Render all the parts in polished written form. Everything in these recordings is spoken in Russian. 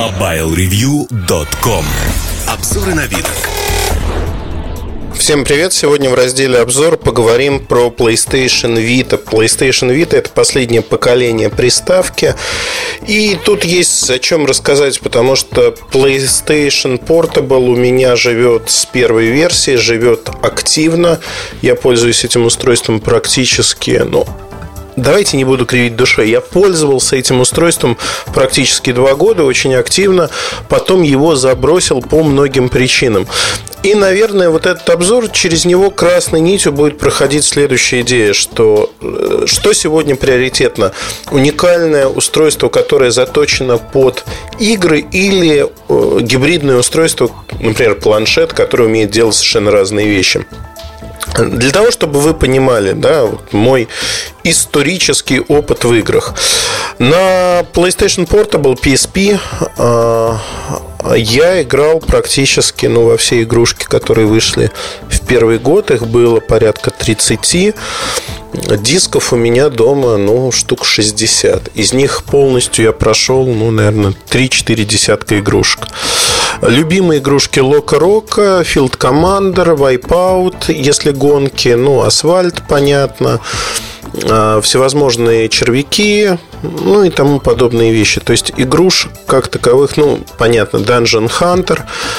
MobileReview.com. Обзоры новинок. Всем привет! Сегодня в разделе «Обзор» поговорим про PlayStation Vita. PlayStation Vita – это последнее поколение приставки. И тут есть о чем рассказать, потому что PlayStation Portable у меня живет с первой версии, живет активно. Я пользуюсь этим устройством практически, давайте не буду кривить душой. Я пользовался этим устройством практически 2 года, очень активно. Потом его забросил по многим причинам. И, наверное, вот этот обзор, через него красной нитью будет проходить следующая идея, что сегодня приоритетно: уникальное устройство, которое заточено под игры, или гибридное устройство, например, планшет, который умеет делать совершенно разные вещи. Для того, чтобы вы понимали, мой исторический опыт в играх. На PlayStation Portable PSP я играл практически во все игрушки, которые вышли в первый год. Их было порядка 30. Дисков у меня дома, штук 60. Из них полностью я прошел, наверное, 3-4 десятка игрушек. Любимые игрушки Лока Рока, Field Commander, Wipeout, если гонки, Асфальт, понятно, всевозможные червяки, и тому подобные вещи. То есть игрушек как таковых, понятно, Dungeon Hunter.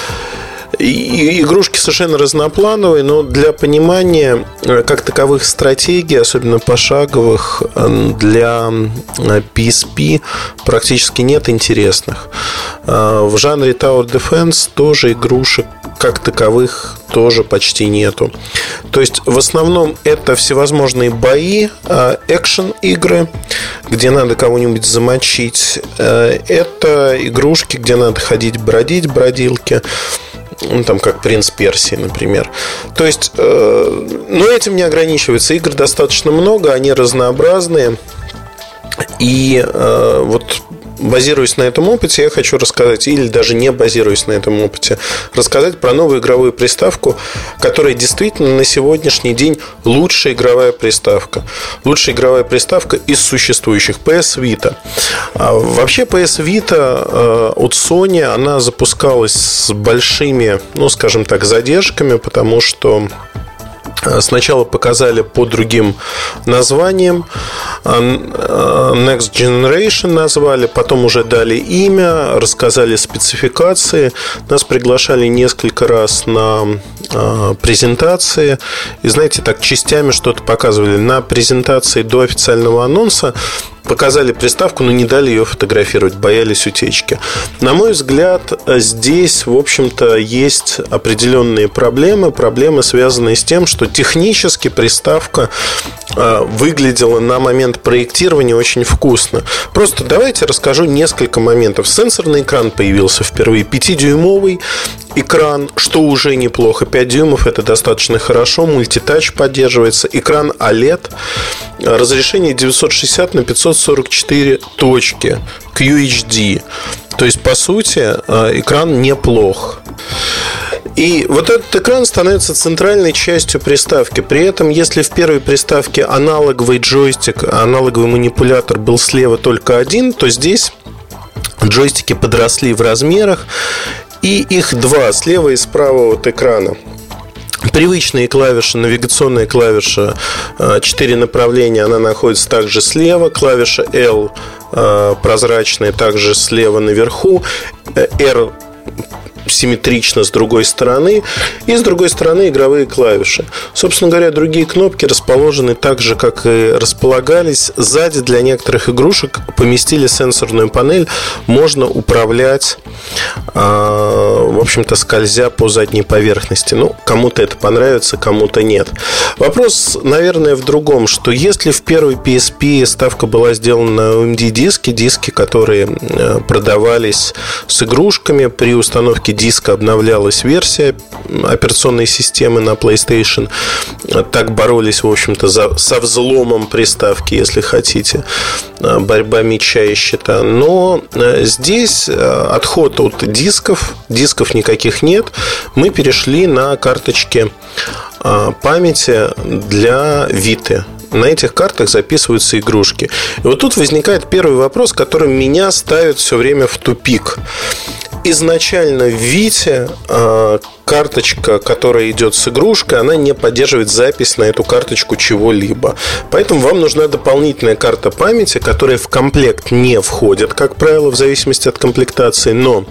И игрушки совершенно разноплановые, но для понимания как таковых стратегий, особенно пошаговых, для PSP практически нет интересных. В жанре Tower Defense тоже игрушек как таковых тоже почти нету. То есть в основном это всевозможные бои, экшен-игры, где надо кого-нибудь замочить. Это игрушки, где надо ходить бродить, бродилки. Как «Принц Персии», например. То есть, этим не ограничивается. Игр достаточно много, они разнообразные. И базируясь на этом опыте, я хочу рассказать, или даже не базируясь на этом опыте, рассказать про новую игровую приставку, которая действительно на сегодняшний день лучшая игровая приставка. Лучшая игровая приставка из существующих – PS Vita. Вообще PS Vita от Sony, она запускалась с большими, скажем так, задержками, потому что сначала показали под другим названием, Next Generation назвали, потом уже дали имя, рассказали спецификации. Нас приглашали несколько раз на презентации. И знаете, так частями что-то показывали. На презентации до официального анонса показали приставку, но не дали ее фотографировать, боялись утечки. На мой взгляд, здесь, в общем-то, есть определенные проблемы. Проблемы, связанные с тем, что технически приставка выглядела на момент проектирования очень вкусно. Просто давайте расскажу несколько моментов. Сенсорный экран появился впервые. 5-дюймовый экран, что уже неплохо. 5 дюймов – это достаточно хорошо. Мультитач поддерживается. Экран OLED. Разрешение 960 на 544 точки. QHD. То есть, по сути, экран неплох. И вот этот экран становится центральной частью приставки. При этом, если в первой приставке аналоговый джойстик, аналоговый манипулятор был слева только один, то здесь джойстики подросли в размерах, и их 2, слева и справа от экрана. Привычные клавиши, навигационная клавиша 4 направления, она находится также слева. Клавиша L прозрачная также слева наверху. R симметрично с другой стороны. И с другой стороны игровые клавиши. Собственно говоря, другие кнопки расположены так же, как и располагались. Сзади для некоторых игрушек поместили сенсорную панель. Можно управлять, в общем-то, скользя по задней поверхности. Кому-то это понравится, кому-то нет. Вопрос, наверное, в другом, что если в первой PSP ставка была сделана на OMD-диски, диски, которые продавались с игрушками, при установке диска обновлялась версия операционной системы на PlayStation. Так боролись, в общем-то, со взломом приставки, если хотите. Борьба меча и щита. Но здесь отход от дисков никаких нет. Мы перешли на карточки памяти для Vita. на этих картах записываются игрушки. И вот тут возникает первый вопрос, который меня ставит все время в тупик. Изначально в Вите карточка, которая идет с игрушкой, она не поддерживает запись на эту карточку чего-либо. Поэтому вам нужна дополнительная карта памяти, которая в комплект не входит, как правило, в зависимости от комплектации. Но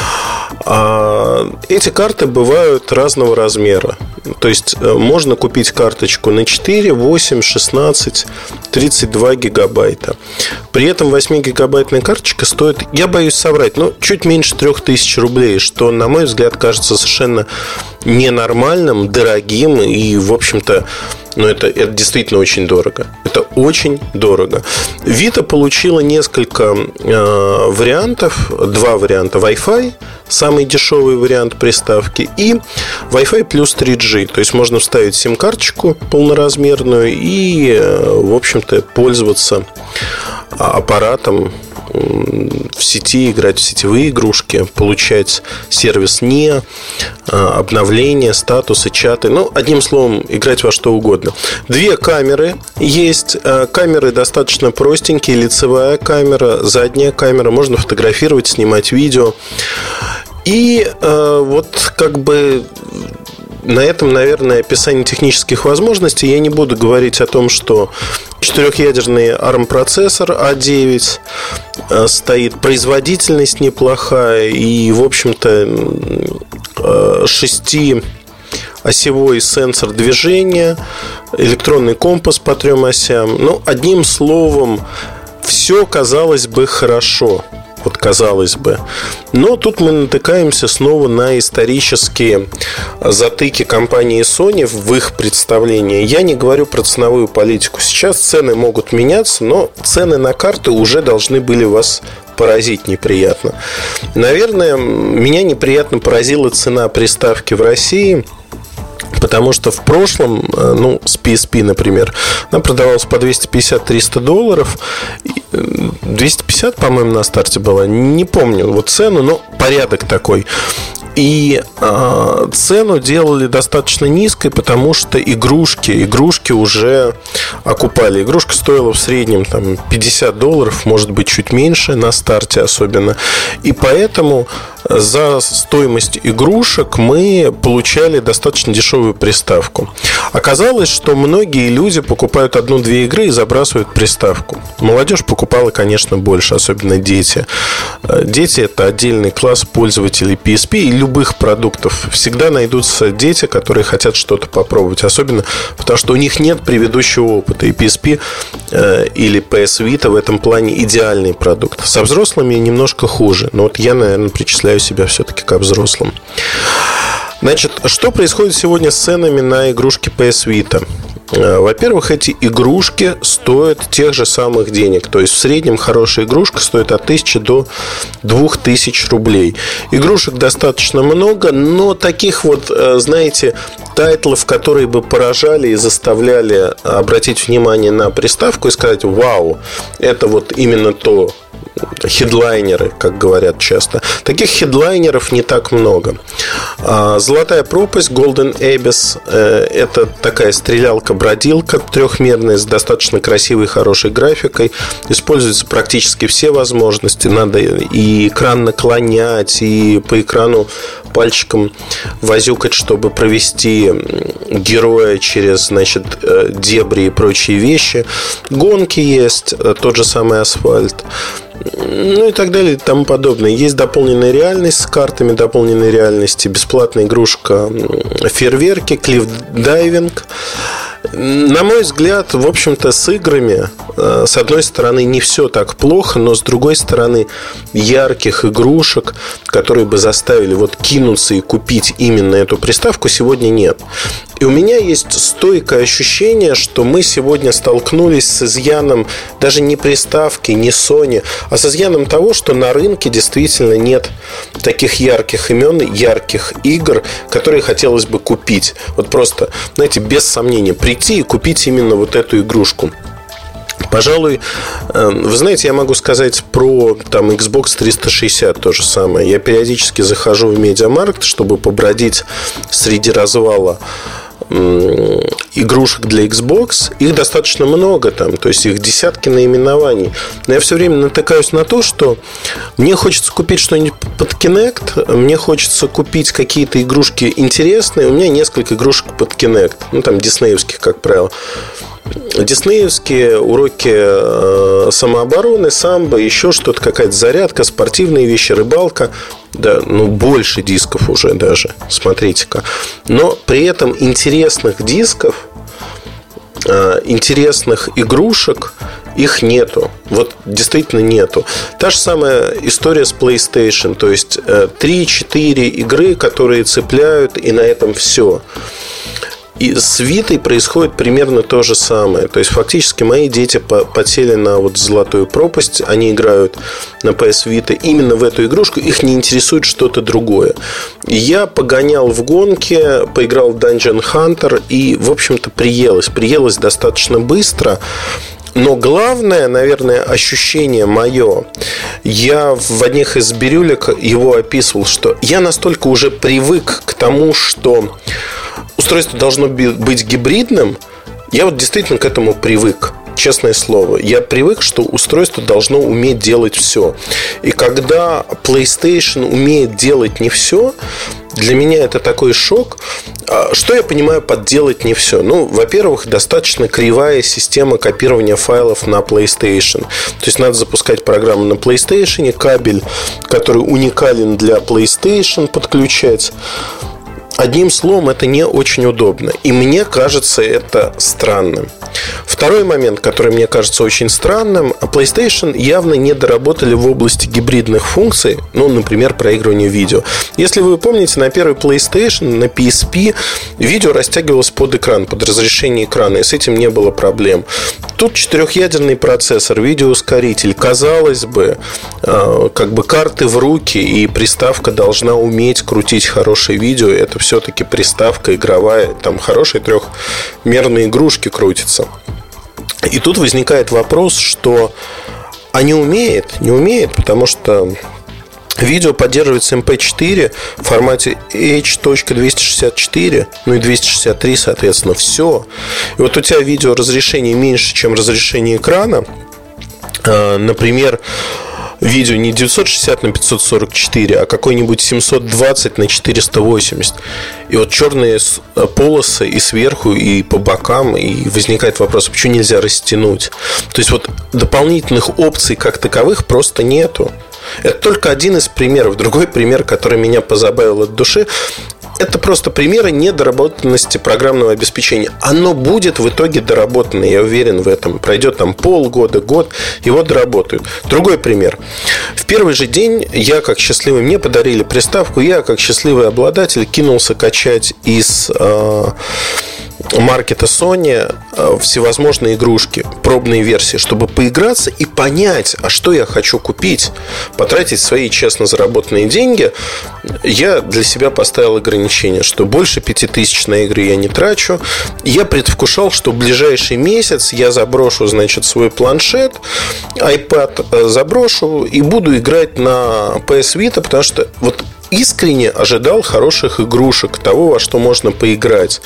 эти карты бывают разного размера. То есть можно купить карточку на 4, 8, 16, 32 гигабайта. При этом 8-гигабайтная карточка стоит, я боюсь соврать, но чуть меньше 3000 рублей, что, на мой взгляд, кажется совершенно ненормальным, дорогим и, в общем-то, это действительно очень дорого. Это очень дорого. Vita получила несколько вариантов. Два варианта: Wi-Fi, самый дешевый вариант приставки, и Wi-Fi плюс 3G. То есть можно вставить сим-карточку полноразмерную и, в общем-то, пользоваться аппаратом в сети, играть в сетевые игрушки, получать сервис НИА, обновления, статусы, чаты. Одним словом, играть во что угодно. Две камеры есть. Камеры достаточно простенькие. Лицевая камера, задняя камера. Можно фотографировать, снимать видео. И вот как бы на этом, наверное, описание технических возможностей. Я не буду говорить о том, что четырехъядерный ARM-процессор A9 стоит, производительность неплохая и, в общем-то, 6-осевой сенсор движения, электронный компас по 3 осям. Одним словом, все, казалось бы, хорошо. Вот казалось бы. Но тут мы натыкаемся снова на исторические затыки компании Sony в их представлении. Я не говорю про ценовую политику. Сейчас цены могут меняться, но цены на карты уже должны были вас поразить неприятно. Наверное, меня неприятно поразила цена приставки в России. Потому что в прошлом, с PSP, например, она продавалась по $250-300. 250, по-моему, на старте была. Не помню цену, но порядок такой. И цену делали достаточно низкой, потому что игрушки уже окупали. Игрушка стоила в среднем $50, может быть, чуть меньше на старте особенно. И поэтому за стоимость игрушек мы получали достаточно дешевую приставку. Оказалось, что многие люди покупают 1-2 игры и забрасывают приставку. Молодежь покупала, конечно, больше, особенно дети. Дети – это отдельный класс пользователей PSP и любых продуктов. Всегда найдутся дети, которые хотят что-то попробовать. Особенно потому, что у них нет предыдущего опыта. И PSP или PS Vita в этом плане идеальный продукт. Со взрослыми немножко хуже. Но я, наверное, причисляю себя все-таки ко взрослым. Значит, что происходит сегодня с ценами на игрушки PS Vita? Во-первых, эти игрушки стоят тех же самых денег. То есть в среднем хорошая игрушка стоит от 1000 до 2000 рублей. Игрушек достаточно много, но таких знаете, тайтлов, которые бы поражали и заставляли обратить внимание на приставку и сказать: вау, это именно то. Хедлайнеры, как говорят часто. Таких хедлайнеров не так много. Золотая пропасть, Golden Abyss, это такая стрелялка-бродилка трехмерная с достаточно красивой, хорошей графикой. Используются практически все возможности. Надо и экран наклонять, и по экрану пальчиком возюкать, чтобы провести героя через, дебри и прочие вещи. Гонки есть, тот же самый асфальт. И так далее и тому подобное. Есть дополненная реальность с картами дополненной реальности, бесплатная игрушка фейерверки, клифф-дайвинг. На мой взгляд, в общем-то, с играми, с одной стороны, не все так плохо, но с другой стороны, ярких игрушек, которые бы заставили кинуться и купить именно эту приставку, сегодня нет. И у меня есть стойкое ощущение, что мы сегодня столкнулись с изъяном даже не приставки, не Sony, а с изъяном того, что на рынке действительно нет таких ярких имен, ярких игр, которые хотелось бы купить. Просто, без сомнения, прийти и купить именно эту игрушку. Пожалуй, вы знаете, я могу сказать про Xbox 360 то же самое. Я периодически захожу в Медиамаркт, чтобы побродить среди развала игрушек для Xbox, их достаточно много там, то есть их десятки наименований. Но я все время натыкаюсь на то, что мне хочется купить что-нибудь под Kinect, мне хочется купить какие-то игрушки интересные. У меня несколько игрушек под Kinect, ну там диснеевских, как правило. Диснеевские, уроки самообороны, самбо, еще что-то, какая-то зарядка, спортивные вещи, рыбалка. Да, ну больше дисков уже даже, смотрите-ка. Но при этом интересных дисков, интересных игрушек, их нету. Вот действительно нету. Та же самая история с PlayStation. То есть 3-4 игры, которые цепляют, и на этом все. И с Витой происходит примерно то же самое. То есть фактически мои дети подсели на вот золотую пропасть. Они играют на PS Vita именно в эту игрушку. Их не интересует что-то другое. Я погонял в гонке, поиграл в Dungeon Hunter. И, в общем-то, приелось достаточно быстро. Но главное, наверное, ощущение мое, я в одних из бирюлек его описывал, что я настолько уже привык к тому, что устройство должно быть гибридным. Я вот действительно к этому привык. Честное слово, я привык, что устройство должно уметь делать все. И когда PlayStation умеет делать не все, для меня это такой шок. Что я понимаю под делать не все? Ну, во-первых, достаточно кривая система копирования файлов на PlayStation. То есть надо запускать программу на PlayStation, кабель, который уникален для PlayStation, подключать. Одним словом, это не очень удобно. И мне кажется это странным. Второй момент, который мне кажется очень странным, PlayStation явно не доработали в области гибридных функций. Ну, например, проигрывания видео. Если вы помните, на первый PlayStation, на PSP видео растягивалось под экран, под разрешение экрана, и с этим не было проблем. Тут 4-ядерный процессор, видеоускоритель. Казалось бы, как бы карты в руки, и приставка должна уметь крутить хорошее видео. Это все-таки приставка игровая. Там хорошие трехмерные игрушки крутятся. И тут возникает вопрос, что не умеет, потому что видео поддерживается MP4 в формате H.264, ну и 263, соответственно, все. И вот у тебя видео разрешение меньше, чем разрешение экрана. Например, видео не 960 на 544, а какой-нибудь 720 на 480. И вот черные полосы и сверху, и по бокам. И возникает вопрос, почему нельзя растянуть? То есть вот дополнительных опций как таковых просто нету. Это только один из примеров. Другой пример, который меня позабавил от души, это просто примеры недоработанности программного обеспечения. Оно будет в итоге доработано, я уверен в этом. Пройдет там полгода, год, его доработают. Другой пример. В первый же день я, как счастливый, мне подарили приставку, я, как счастливый обладатель, кинулся качать из маркета Sony всевозможные игрушки, пробные версии, чтобы поиграться и понять, а что я хочу купить, потратить свои честно заработанные деньги. Я для себя поставил ограничение, что больше 5000 на игры я не трачу. Я предвкушал, что в ближайший месяц я заброшу, значит, свой планшет, iPad заброшу и буду играть на PS Vita, потому что вот искренне ожидал хороших игрушек, того, во что можно поиграть.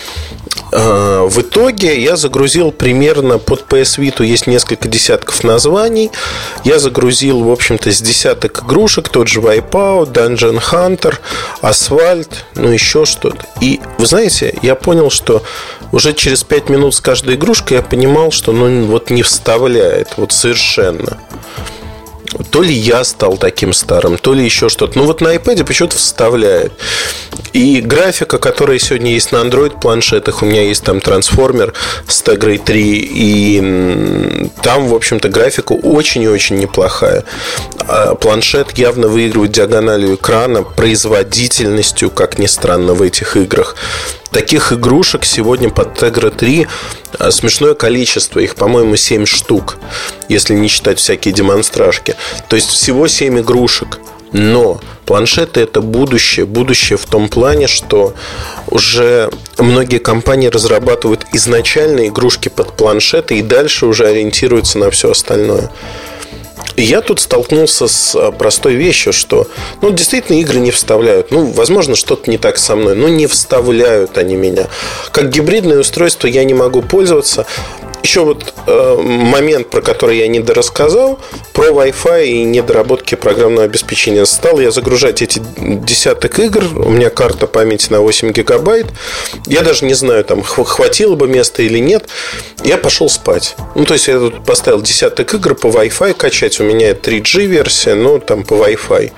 В итоге я загрузил примерно под PS Vita, есть несколько десятков названий. Я загрузил, в общем-то, с десяток игрушек. Тот же Wipeout, Dungeon Hunter, Asphalt, ну еще что-то. И вы знаете, я понял, что уже через 5 минут с каждой игрушкой я понимал, что ну вот не вставляет, вот совершенно. То ли я стал таким старым, то ли еще что-то. Ну вот на iPad почему-то вставляет. И графика, которая сегодня есть на Android планшетах, у меня есть там трансформер с Tegra 3, и там, в общем-то, графика очень и очень неплохая. Планшет явно выигрывает диагональю экрана, производительностью, как ни странно, в этих играх. Таких игрушек сегодня под Tegra 3 смешное количество. Их, по-моему, 7 штук, если не считать всякие демонстражки. То есть всего 7 игрушек. Но планшеты — это будущее. Будущее в том плане, что уже многие компании разрабатывают изначально игрушки под планшеты и дальше уже ориентируются на все остальное. И я тут столкнулся с простой вещью, что, действительно, игры не вставляют. Возможно, что-то не так со мной, но не вставляют они меня. Как гибридное устройство я не могу пользоваться. Еще момент, про который я недорассказал, про Wi-Fi и недоработки программного обеспечения. Стал я загружать эти десяток игр. У меня карта памяти на 8 гигабайт. Я даже не знаю, там хватило бы места или нет. Я пошел спать. То есть я тут поставил десяток игр по Wi-Fi качать. У меня 3G версия, там по Wi-Fi.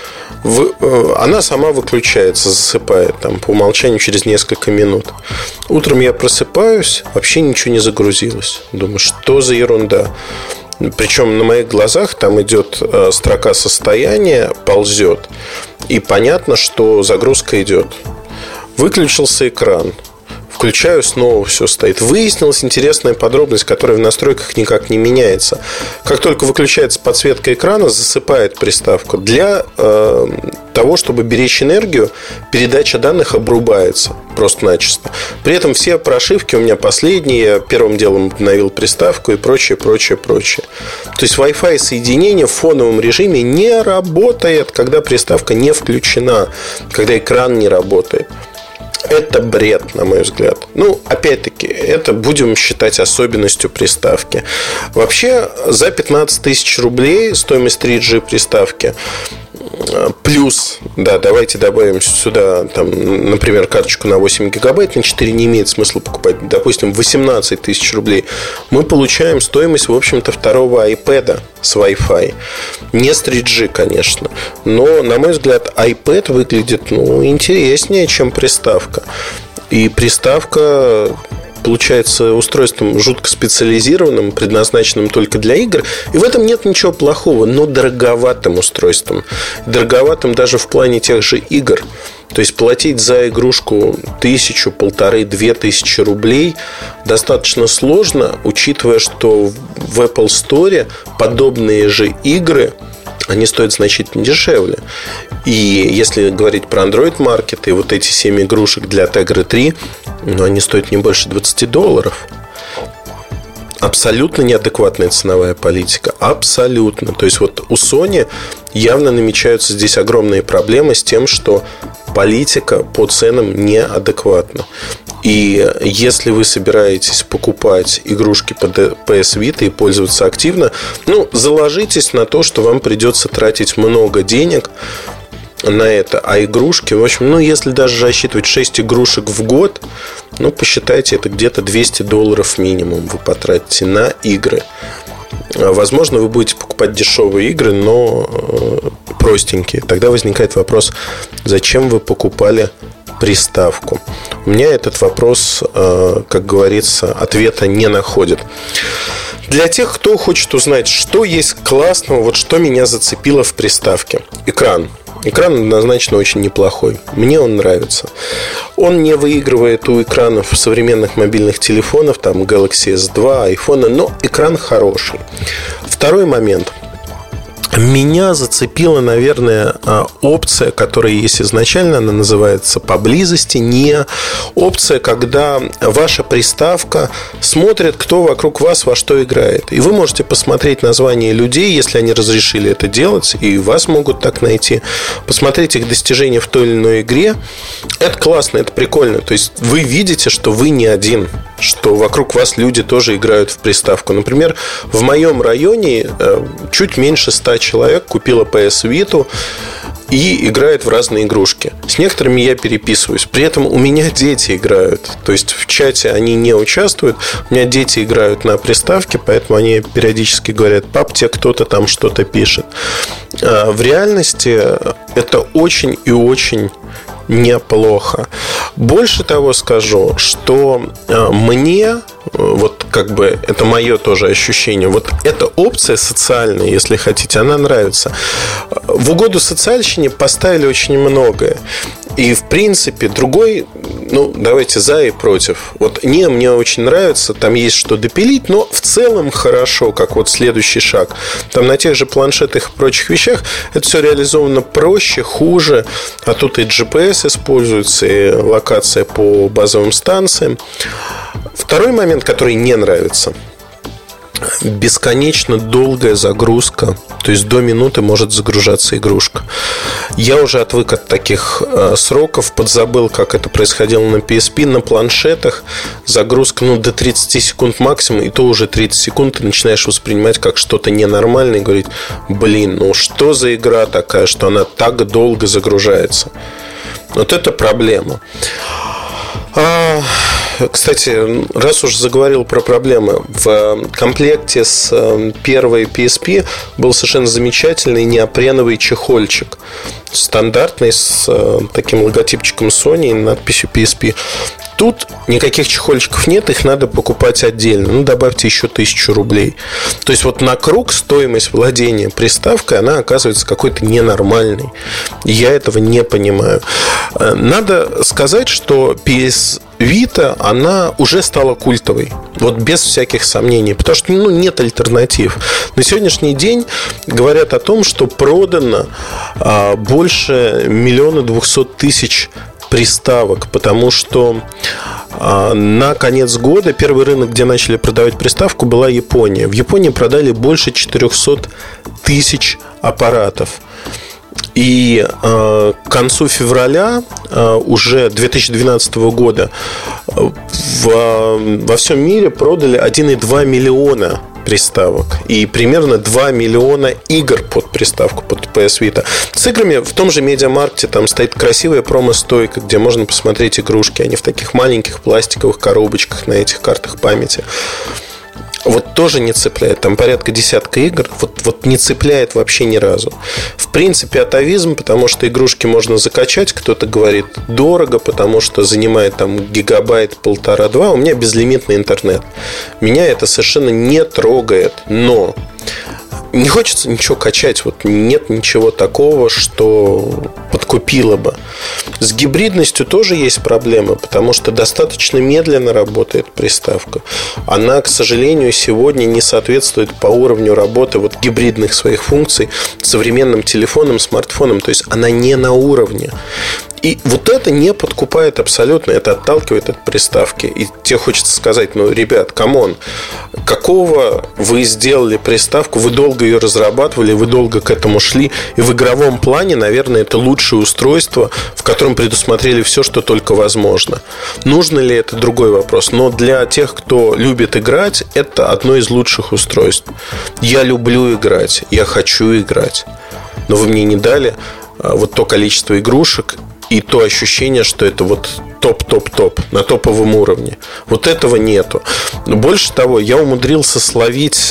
Она сама выключается, засыпает там, по умолчанию через несколько минут. Утром я просыпаюсь, вообще ничего не загрузилось. Думаю, что за ерунда. Причем на моих глазах там идет строка состояния, ползет. И понятно, что загрузка идет. Выключился экран. Включаю, снова все стоит. Выяснилась интересная подробность, которая в настройках никак не меняется. Как только выключается подсветка экрана, засыпает приставку. Для того, чтобы беречь энергию, передача данных обрубается просто-начисто. При этом все прошивки у меня последние. Я первым делом обновил приставку и прочее. То есть Wi-Fi соединение в фоновом режиме не работает, когда приставка не включена, когда экран не работает. Это бред, на мой взгляд. Опять-таки, это будем считать особенностью приставки. Вообще, за 15 тысяч рублей стоимость 3G приставки плюс, давайте добавим сюда, например, карточку на 8 гигабайт, на 4 не имеет смысла покупать, допустим, 18 тысяч рублей, мы получаем стоимость, в общем-то, второго iPad с Wi-Fi. Не с 3G, конечно, но, на мой взгляд, iPad выглядит, интереснее, чем приставка. И приставка получается устройством жутко специализированным, предназначенным только для игр. И в этом нет ничего плохого, но дороговатым устройством. Дороговатым даже в плане тех же игр. То есть платить за игрушку 1000, 1500-2000 рублей достаточно сложно, учитывая, что в Apple Store подобные же игры, они стоят значительно дешевле. И если говорить про Android Market и вот эти 7 игрушек для Tegra 3, они стоят не больше $20. Абсолютно неадекватная ценовая политика. Абсолютно. То есть у Sony явно намечаются здесь огромные проблемы с тем, что политика по ценам неадекватна. И если вы собираетесь покупать игрушки под PS Vita и пользоваться активно, заложитесь на то, что вам придется тратить много денег на это. А игрушки, в общем, если даже рассчитывать 6 игрушек в год, посчитайте, это где-то $200 минимум вы потратите на игры. Возможно, вы будете покупать дешевые игры, но простенькие. Тогда возникает вопрос, зачем вы покупали приставку? У меня этот вопрос, как говорится, ответа не находит. Для тех, кто хочет узнать, что есть классного, что меня зацепило в приставке. Экран. Экран однозначно очень неплохой. Мне он нравится. Он не выигрывает у экранов современных мобильных телефонов, там Galaxy S2, iPhone, но экран хороший. Второй момент. Меня зацепила, наверное, опция, которая есть изначально, она называется «Поблизости». Не опция, когда ваша приставка смотрит, кто вокруг вас во что играет. И вы можете посмотреть названия людей, если они разрешили это делать, и вас могут так найти. Посмотреть их достижения в той или иной игре. Это классно, это прикольно. То есть вы видите, что вы не один, что вокруг вас люди тоже играют в приставку. Например, в моем районе чуть меньше 100 человек купила PS Vita и играет в разные игрушки. С некоторыми я переписываюсь. При этом у меня дети играют. То есть в чате они не участвуют. У меня дети играют на приставке, поэтому они периодически говорят: пап, тебе кто-то там что-то пишет. В реальности это очень и очень неплохо. Больше того скажу, что мне, это мое тоже ощущение, эта опция социальная, если хотите, она нравится. В угоду социальщине поставили очень многое. И, в принципе, другой, давайте за и против. Мне очень нравится, там есть что допилить, но в целом хорошо, как следующий шаг. Там на тех же планшетах и прочих вещах это все реализовано проще, хуже. А тут и GPS используется, и локация по базовым станциям. Второй момент, который не нравится. бесконечно долгая загрузка. То есть до минуты может загружаться игрушка. Я уже отвык от таких сроков, подзабыл, как это происходило на PSP. На планшетах загрузка до 30 секунд максимум. И то уже 30 секунд ты начинаешь воспринимать как что-то ненормальное и говорить: блин, что за игра такая, что она так долго загружается. Вот это проблема. Кстати, раз уж заговорил про проблемы, в комплекте с первой PSP был совершенно замечательный неопреновый чехольчик. Стандартный, с таким логотипчиком Sony и надписью PSP. Тут никаких чехольчиков нет, их надо покупать отдельно. Добавьте еще 1000 рублей. То есть вот на круг стоимость владения приставкой, она оказывается какой-то ненормальной. Я этого не понимаю. Надо сказать, что PS Vita, она уже стала культовой. Вот без всяких сомнений. Потому что нет альтернатив. На сегодняшний день говорят о том, что продано больше 1 200 000 приставок, потому что на конец года первый рынок, где начали продавать приставку, была Япония. В Японии продали больше 400 000 аппаратов. И к концу февраля уже 2012 года во всем мире продали 1,2 миллиона приставок и примерно 2 миллиона игр под приставку, под PS Vita. С играми в том же Медиамаркте там стоит красивая промо-стойка, где можно посмотреть игрушки. Они в таких маленьких пластиковых коробочках на этих картах памяти. Вот тоже не цепляет. Там порядка десятка игр. Вот не цепляет вообще ни разу. В принципе, атовизм, потому что игрушки можно закачать. Кто-то говорит дорого, потому что занимает там гигабайт, 1,5-2. У меня безлимитный интернет. Меня это совершенно не трогает. Но не хочется ничего качать. Вот нет ничего такого, что подкупило бы. С гибридностью тоже есть проблемы, потому что достаточно медленно работает приставка. Она, к сожалению, сегодня не соответствует по уровню работы гибридных своих функций современным телефонам, смартфонам. То есть она не на уровне. И вот это не подкупает абсолютно. Это отталкивает от приставки. И тебе хочется сказать: ребят, камон, какого вы сделали приставку? Вы долго ее разрабатывали, вы долго к этому шли. И в игровом плане, наверное, это лучшее устройство, в котором предусмотрели все, что только возможно. Нужно ли это — другой вопрос. Но для тех, кто любит играть, это одно из лучших устройств. Я люблю играть, я хочу играть. Но вы мне не дали то количество игрушек и то ощущение, что это топ-топ-топ, на топовом уровне. Вот этого нету. Больше того, я умудрился словить,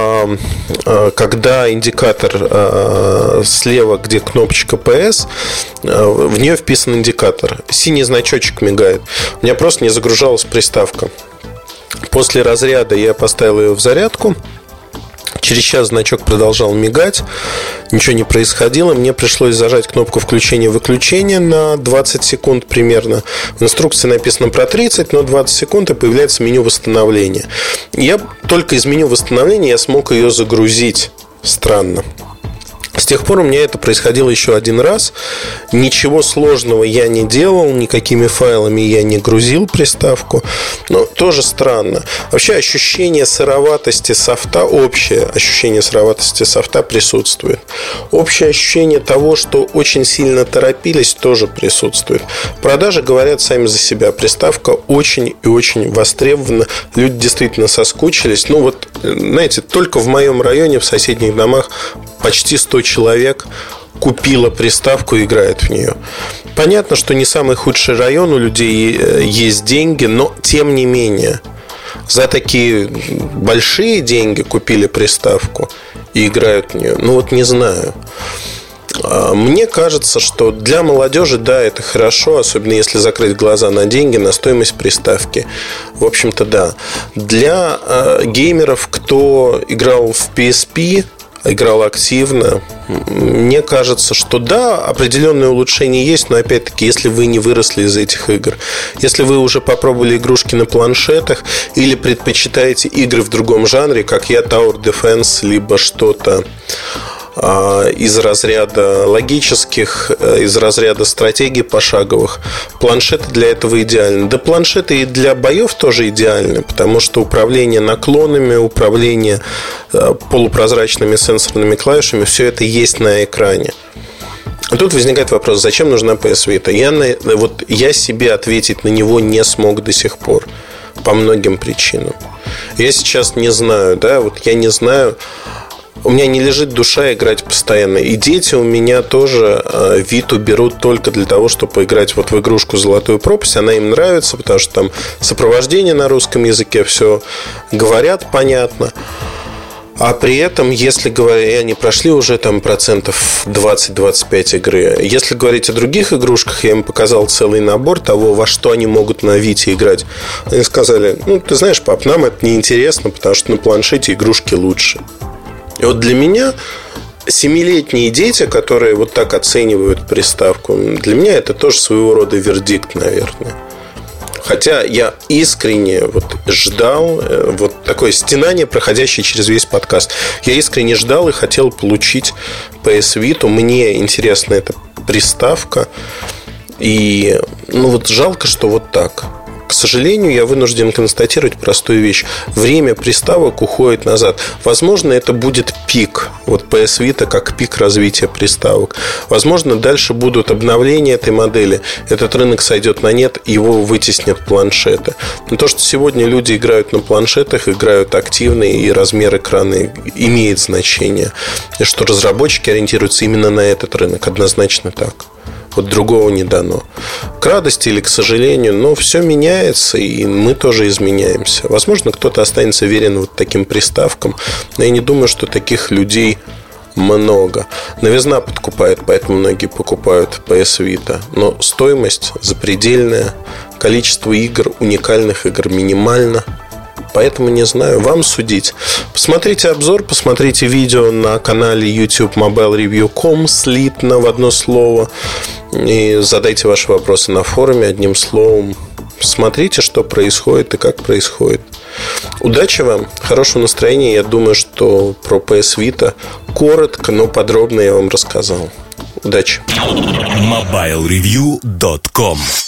когда индикатор слева, где кнопочка PS, в нее вписан индикатор. Синий значочек мигает. У меня просто не загружалась приставка. После разряда я поставил ее в зарядку. Через час значок продолжал мигать. Ничего не происходило. Мне пришлось зажать кнопку включения-выключения на 20 секунд примерно. В инструкции написано про 30, но 20 секунд, и появляется меню восстановления. Я только из меню восстановления я смог ее загрузить. Странно. С тех пор у меня это происходило еще один раз. Ничего сложного я не делал, никакими файлами я не грузил приставку. Но тоже странно. Вообще ощущение сыроватости софта, общее ощущение сыроватости софта присутствует. Общее ощущение того, что очень сильно торопились, тоже присутствует. Продажи говорят сами за себя. Приставка очень и очень востребована. Люди действительно соскучились. Знаете, только в моем районе, в соседних домах, почти 100 человек купила приставку и играет в нее. Понятно, что не самый худший район, у людей есть деньги, но тем не менее за такие большие деньги купили приставку и играют в нее. Не знаю. Мне кажется, что для молодежи, да, это хорошо, особенно если закрыть глаза на деньги, на стоимость приставки. В общем-то, да. Для геймеров, кто играл в PSP, играл активно, мне кажется, что да, определенные улучшения есть, но опять-таки, если вы не выросли из этих игр, если вы уже попробовали игрушки на планшетах или предпочитаете игры в другом жанре, как я, Tower Defense, либо что-то из разряда логических, из разряда стратегий пошаговых. Планшеты для этого идеальны. Да планшеты и для боев тоже идеальны, потому что управление наклонами, управление полупрозрачными сенсорными клавишами, все это есть на экране. Тут возникает вопрос, зачем нужна PS Vita? Я себе ответить на него не смог до сих пор по многим причинам. Я сейчас не знаю, я не знаю. У меня не лежит душа играть постоянно. И дети у меня тоже Виту берут только для того, чтобы поиграть в игрушку «Золотую пропасть». Она им нравится, потому что там сопровождение на русском языке, все говорят понятно. А при этом, если говорить, они прошли уже там процентов 20-25 игры. Если говорить о других игрушках, я им показал целый набор того, во что они могут на Вите играть. Они сказали, ты знаешь, пап, нам это не интересно, потому что на планшете игрушки лучше. И для меня 7-летние дети, которые вот так оценивают приставку, для меня это тоже своего рода вердикт, наверное. Хотя я искренне ждал такое стенание, проходящее через весь подкаст. Я искренне ждал и хотел получить PS Vita. Мне интересна эта приставка. И жалко, что так. К сожалению, я вынужден констатировать простую вещь. Время приставок уходит назад. Возможно, это будет пик. PS Vita как пик развития приставок. Возможно, дальше будут обновления этой модели. Этот рынок сойдет на нет, его вытеснят планшеты. Но то, что сегодня люди играют на планшетах, играют активно, и размер экрана имеет значение. И что разработчики ориентируются именно на этот рынок. Однозначно так. Другого не дано. К радости или к сожалению, но все меняется, и мы тоже изменяемся. Возможно, кто-то останется верен таким приставкам, но я не думаю, что таких людей много. Новизна подкупает, поэтому многие покупают PS Vita. Но стоимость запредельная, количество игр, уникальных игр минимально. Поэтому не знаю, вам судить. Посмотрите обзор, посмотрите видео на канале YouTube mobilereview.com слитно в одно слово. И задайте ваши вопросы на форуме одним словом. Смотрите, что происходит и как происходит. Удачи вам, хорошего настроения. Я думаю, что про PS Vita коротко, но подробно я вам рассказал. Удачи. mobilereview.com